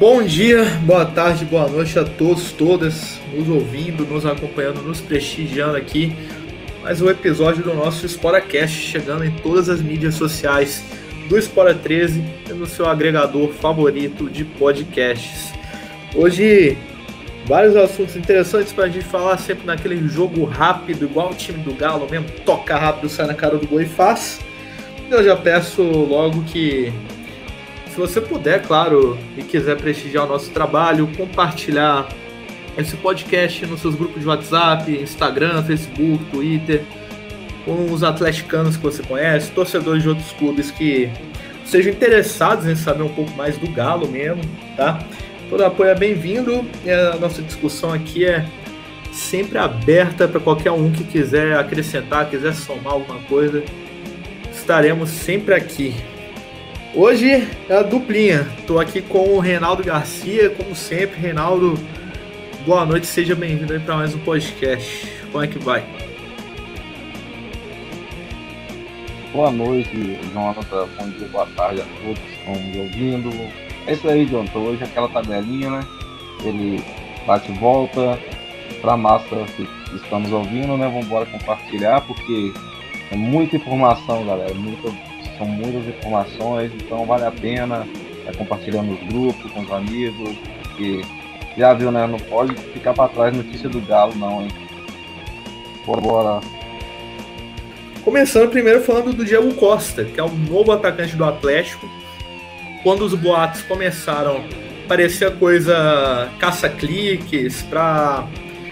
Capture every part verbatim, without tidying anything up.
Bom dia, boa tarde, boa noite a todos, todas, nos ouvindo, nos acompanhando, nos prestigiando aqui. Mais um episódio do nosso SporaCast, chegando em todas as mídias sociais do Spora treze e no seu agregador favorito de podcasts. Hoje, vários assuntos interessantes para a gente falar, sempre naquele jogo rápido, igual o time do Galo mesmo, toca rápido, sai na cara do gol e faz. Eu já peço logo que, se você puder, claro, e quiser prestigiar o nosso trabalho, compartilhar esse podcast nos seus grupos de WhatsApp, Instagram, Facebook, Twitter, com os atleticanos que você conhece, torcedores de outros clubes que sejam interessados em saber um pouco mais do Galo mesmo, tá? Todo apoio é bem-vindo e a nossa discussão aqui é sempre aberta para qualquer um que quiser acrescentar, quiser somar alguma coisa. Estaremos sempre aqui. Hoje é a duplinha. Estou aqui com o Reinaldo Garcia, como sempre. Reinaldo, boa noite, seja bem-vindo aí para mais um podcast. Como é que vai? Boa noite, Jonathan. Bom dia, boa tarde a todos que estão me ouvindo. É isso aí, Jonathan. Hoje aquela tabelinha, né? Ele bate e volta para a massa que estamos ouvindo, né? Vamos embora compartilhar, porque é muita informação, galera. Muita, são muitas informações, então vale a pena é, compartilhar nos grupos, com os amigos, porque já viu, né? Não pode ficar para trás notícia do Galo, não, hein? Bora, bora. Começando primeiro falando do Diego Costa, que é o novo atacante do Atlético. Quando os boatos começaram, parecia coisa caça-cliques, para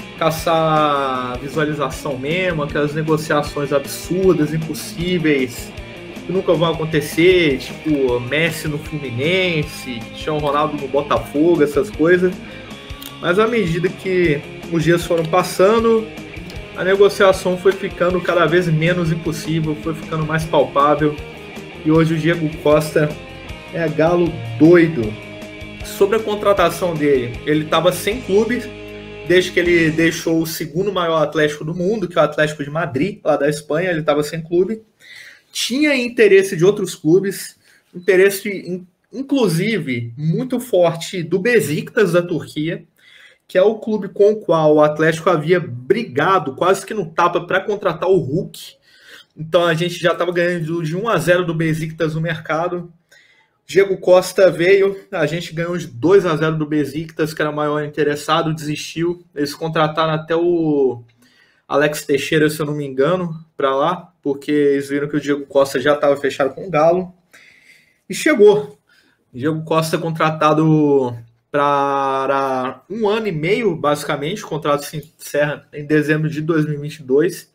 caçar visualização mesmo, aquelas negociações absurdas, impossíveis, que nunca vão acontecer, tipo Messi no Fluminense, Cristiano Ronaldo no Botafogo, essas coisas. Mas à medida que os dias foram passando, a negociação foi ficando cada vez menos impossível, foi ficando mais palpável, e hoje o Diego Costa é galo doido. Sobre a contratação dele, ele estava sem clube desde que ele deixou o segundo maior Atlético do mundo, que é o Atlético de Madrid, lá da Espanha. Ele estava sem clube, tinha interesse de outros clubes, interesse inclusive muito forte do Besiktas da Turquia, que é o clube com o qual o Atlético havia brigado quase que no tapa para contratar o Hulk. Então a gente já estava ganhando de um a zero do Besiktas no mercado. Diego Costa veio, a gente ganhou de dois a zero do Besiktas, que era o maior interessado, desistiu. Eles contrataram até o Alex Teixeira, se eu não me engano, para lá, porque eles viram que o Diego Costa já estava fechado com o Galo. E chegou. Diego Costa contratado para um ano e meio, basicamente. O contrato se encerra em dezembro de dois mil e vinte e dois.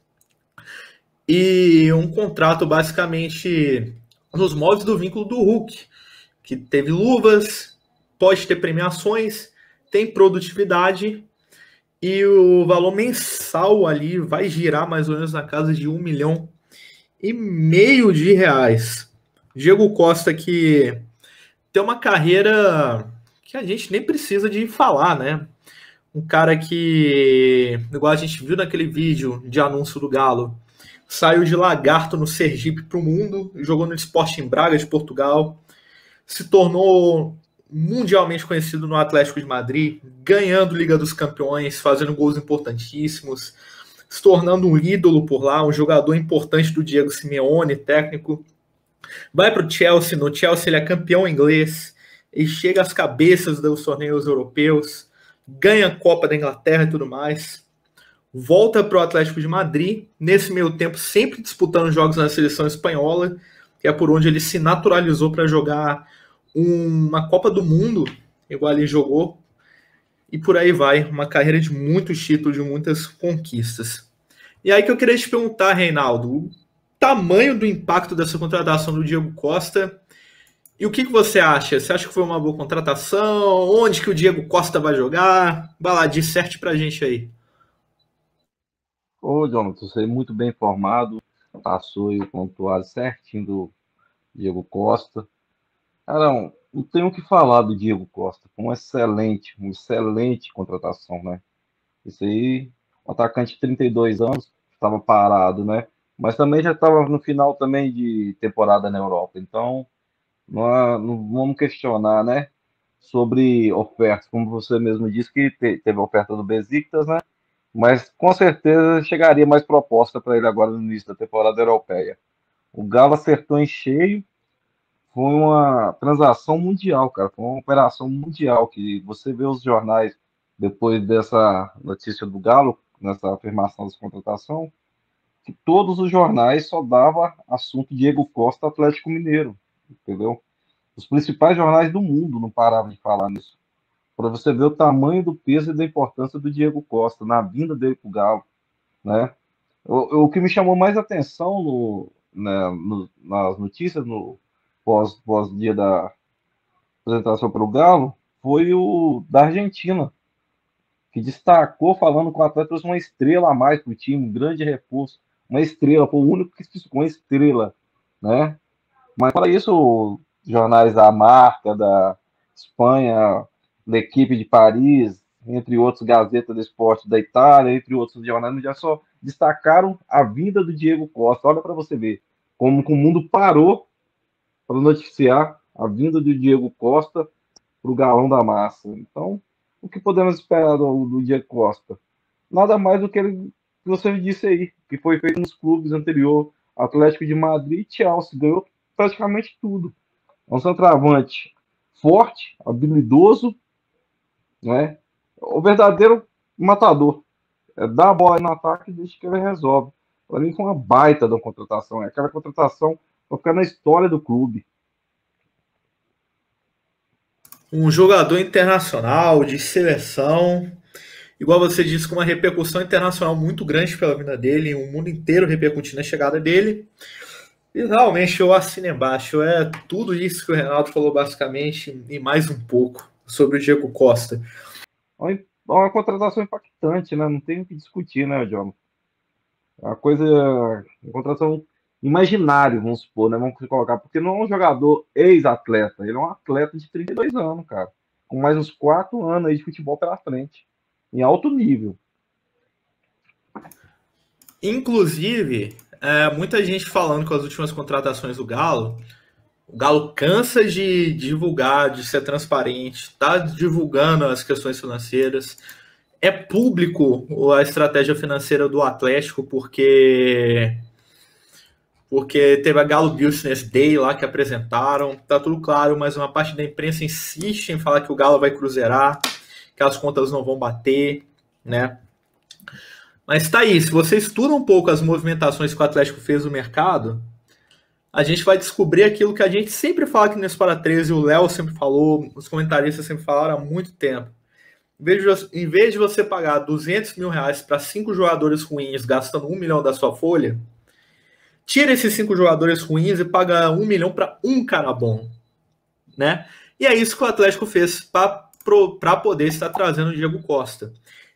E um contrato, basicamente, nos moldes do vínculo do Hulk, que teve luvas, pode ter premiações, tem produtividade, e o valor mensal ali vai girar mais ou menos na casa de um milhão e meio de reais. Diego Costa, que tem uma carreira que a gente nem precisa de falar, né? Um cara que, igual a gente viu naquele vídeo de anúncio do Galo, saiu de Lagarto no Sergipe para o mundo, jogou no Sporting Braga de Portugal, se tornou mundialmente conhecido no Atlético de Madrid, ganhando Liga dos Campeões, fazendo gols importantíssimos, se tornando um ídolo por lá, um jogador importante do Diego Simeone, técnico. Vai para o Chelsea, no Chelsea ele é campeão inglês, e chega às cabeças dos torneios europeus, ganha a Copa da Inglaterra e tudo mais. Volta para o Atlético de Madrid, nesse meio tempo sempre disputando jogos na seleção espanhola, que é por onde ele se naturalizou para jogar uma Copa do Mundo, igual ele jogou, e por aí vai, uma carreira de muitos títulos, de muitas conquistas. E aí que eu queria te perguntar, Reinaldo, o tamanho do impacto dessa contratação do Diego Costa, e o que, que você acha? Você acha que foi uma boa contratação? Onde que o Diego Costa vai jogar? Vai lá, disserte pra gente aí. Ô, Jonathan, você é muito bem informado, passou aí o pontuado certinho do Diego Costa. Cara, não tenho o que falar do Diego Costa. Foi uma excelente, uma excelente contratação, né? Isso aí, um atacante de trinta e dois anos, estava parado, né? Mas também já estava no final também de temporada na Europa. Então, não, há- não vamos questionar, né? sobre ofertas, como você mesmo disse que te, teve a oferta do Besiktas, né? Mas com certeza chegaria mais proposta para ele agora no início da temporada europeia. O Galo acertou em cheio, foi uma transação mundial, cara, foi uma operação mundial que você vê os jornais depois dessa notícia do Galo, nessa afirmação da contratação, que todos os jornais só dava assunto Diego Costa Atlético Mineiro, entendeu? Os principais jornais do mundo não paravam de falar nisso. Para você ver o tamanho do peso e da importância do Diego Costa na vinda dele para o Galo, né? O, o que me chamou mais atenção no, né, no, nas notícias no pós, pós dia da apresentação para o Galo foi o da Argentina, que destacou falando que o atleta trouxe uma estrela a mais para o time, um grande reforço, uma estrela, foi o único que ficou uma estrela, né? Mas para isso, jornais da Marca, da Espanha, da Equipe de Paris, entre outros, Gazeta do Esporte da Itália, entre outros jornais, já só destacaram a vinda do Diego Costa. Olha para você ver como que o mundo parou para noticiar a vinda do Diego Costa para o Galão da Massa. Então, o que podemos esperar do, do Diego Costa? Nada mais do que ele que você disse aí, que foi feito nos clubes anteriores, Atlético de Madrid e Chelsea, ganhou praticamente tudo. É um centroavante forte, habilidoso, né? O verdadeiro matador. É dar a bola no ataque e deixa que ele resolve. Para mim foi uma baita da contratação. É aquela contratação para ficar na história do clube. Um jogador internacional, de seleção, igual você disse, com uma repercussão internacional muito grande pela vinda dele, o mundo inteiro repercutindo a chegada dele. E realmente eu assino embaixo. É tudo isso que o Renato falou basicamente e mais um pouco sobre o Diego Costa. É uma contratação impactante, né? Não tem o que discutir, né, John? É uma coisa, uma contratação imaginária, vamos supor, né? Vamos colocar, porque não é um jogador ex-atleta, ele é um atleta de trinta e dois anos, cara, com mais uns quatro anos aí de futebol pela frente, em alto nível. Inclusive, é, muita gente falando com as últimas contratações do Galo, o Galo cansa de divulgar, de ser transparente, está divulgando as questões financeiras. É público a estratégia financeira do Atlético, porque porque teve a Galo Business Day lá que apresentaram, tá tudo claro, mas uma parte da imprensa insiste em falar que o Galo vai cruzeirar, que as contas não vão bater, né? Mas tá aí, se você estuda um pouco as movimentações que o Atlético fez no mercado, a gente vai descobrir aquilo que a gente sempre fala aqui no Espara treze, o Léo sempre falou, os comentaristas sempre falaram há muito tempo. Em vez de, em vez de você pagar duzentos mil reais para cinco jogadores ruins, gastando um milhão da sua folha, tira esses cinco jogadores ruins e paga um milhão para um cara bom, né? E é isso que o Atlético fez para poder estar trazendo o Diego Costa.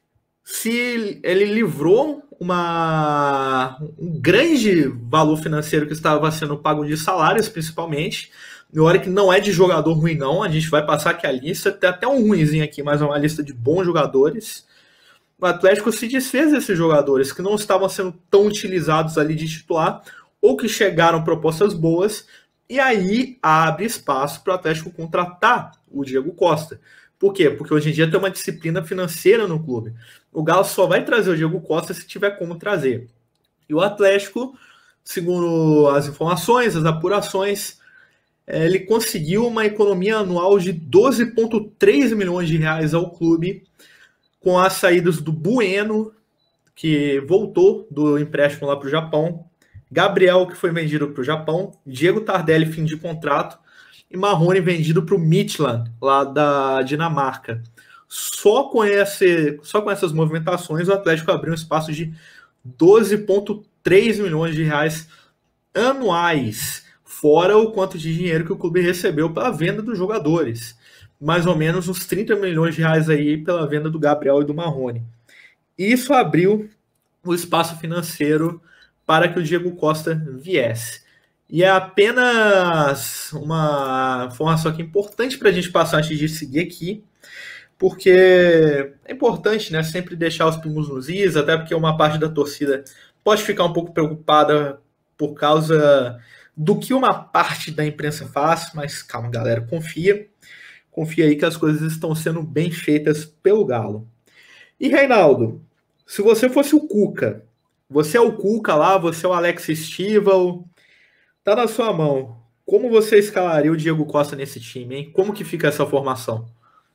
Se ele livrou uma, um grande valor financeiro que estava sendo pago de salários, principalmente. E olha que não é de jogador ruim, não. A gente vai passar aqui a lista. Tem até um ruinzinho aqui, mas é uma lista de bons jogadores. O Atlético se desfez desses jogadores que não estavam sendo tão utilizados ali de titular ou que chegaram propostas boas. E aí abre espaço para o Atlético contratar o Diego Costa. Por quê? Porque hoje em dia tem uma disciplina financeira no clube. O Galo só vai trazer o Diego Costa se tiver como trazer. E o Atlético, segundo as informações, as apurações, ele conseguiu uma economia anual de doze vírgula três milhões de reais ao clube, com as saídas do Bueno, que voltou do empréstimo lá para o Japão, Gabriel, que foi vendido para o Japão, Diego Tardelli, fim de contrato, e Marrone vendido para o Midtjylland, lá da Dinamarca. Só com, esse, só com essas movimentações, o Atlético abriu um espaço de doze vírgula três milhões de reais anuais, fora o quanto de dinheiro que o clube recebeu pela venda dos jogadores. Mais ou menos uns trinta milhões de reais aí pela venda do Gabriel e do Marrone. Isso abriu o espaço financeiro para que o Diego Costa viesse. E é apenas uma informação aqui importante para a gente passar antes de seguir aqui, porque é importante, né, sempre deixar os pingos nos is, até porque uma parte da torcida pode ficar um pouco preocupada por causa do que uma parte da imprensa faz, mas calma, galera, confia. confia aí que as coisas estão sendo bem feitas pelo Galo. E Reinaldo, se você fosse o Cuca, você é o Cuca lá, você é o Alex Stival, tá na sua mão. Como você escalaria o Diego Costa nesse time, hein? Como que fica essa formação?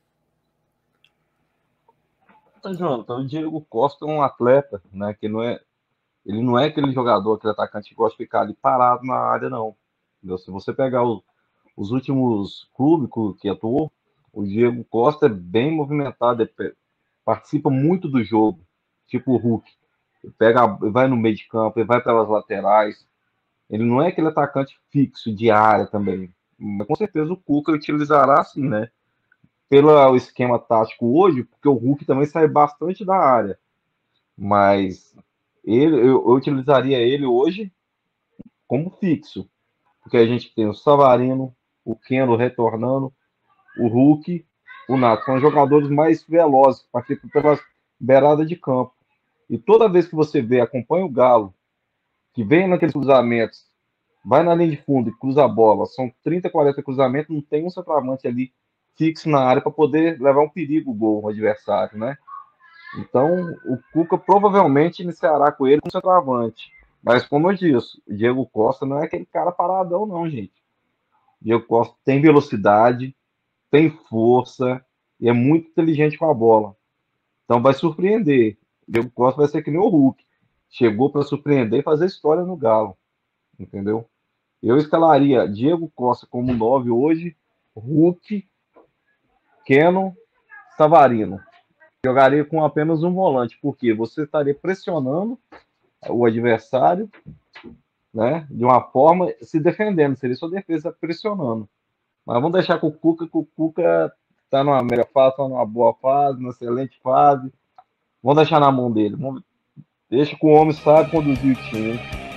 Então, Jonathan, o Diego Costa é um atleta, né, que não é, ele não é aquele jogador, aquele atacante que gosta de ficar ali parado na área, não. Entendeu? Se você pegar o, os últimos clubes que atuou, o Diego Costa é bem movimentado, ele participa muito do jogo, tipo o Hulk. Ele pega, vai no meio de campo, ele vai pelas laterais. Ele não é aquele atacante fixo de área também. Mas com certeza o Cuca utilizará assim, né? Pelo esquema tático hoje, porque o Hulk também sai bastante da área. Mas ele, eu, eu utilizaria ele hoje como fixo. Porque a gente tem o Savarino, o Keno retornando, o Hulk, o Nato. São jogadores mais velozes, participam pelas beiradas de campo. E toda vez que você vê, acompanha o Galo, que vem naqueles cruzamentos, vai na linha de fundo e cruza a bola, são trinta, quarenta cruzamentos, não tem um centroavante ali fixo na área para poder levar um perigo o gol ao adversário, né? Então, o Cuca provavelmente iniciará com ele com centroavante. Mas, como eu disse, o Diego Costa não é aquele cara paradão, não, gente. O Diego Costa tem velocidade, tem força e é muito inteligente com a bola. Então, vai surpreender. O Diego Costa vai ser que nem o Hulk. Chegou para surpreender e fazer história no Galo. Entendeu? Eu escalaria Diego Costa como nove hoje, Hulk, Keno, Savarino. Jogaria com apenas um volante, porque você estaria pressionando o adversário, né, de uma forma, se defendendo, seria sua defesa pressionando. Mas vamos deixar com o Cuca, que o Cuca está numa melhor fase, está numa boa fase, numa excelente fase. Vamos deixar na mão dele. Vamos... Deixa que o homem sabe conduzir o time.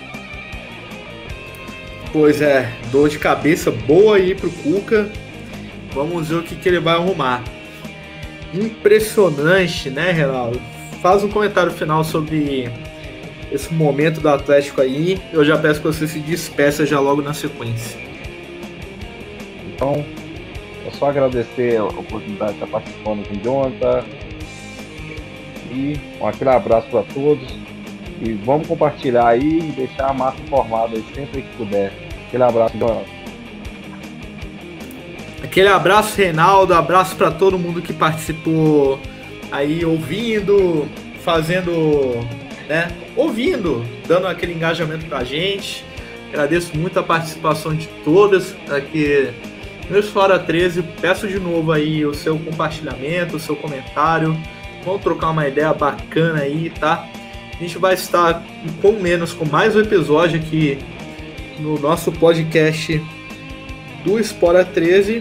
Pois é, dor de cabeça boa aí pro Cuca. Vamos ver o que, que ele vai arrumar. Impressionante, né, Reinaldo? Faz um comentário final sobre esse momento do Atlético aí. Eu já peço que você se despeça já logo na sequência. Então, é só agradecer a oportunidade de estar participando com o Jonathan. E um aquele abraço para todos. E vamos compartilhar aí e deixar a massa informada aí sempre que puder. Aquele abraço, Jonathan. Aquele abraço, Reinaldo, abraço para todo mundo que participou aí, ouvindo, fazendo, né, ouvindo, dando aquele engajamento pra gente. Agradeço muito a participação de todas aqui no Fora treze. Peço de novo aí o seu compartilhamento, o seu comentário. Vamos trocar uma ideia bacana aí, tá? A gente vai estar com menos, com mais um episódio aqui no nosso podcast do Espora treze.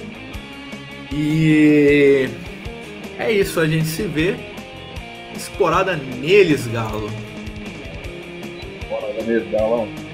E é isso, a gente se vê. Esporada neles, Galo. Esporada neles, Galão.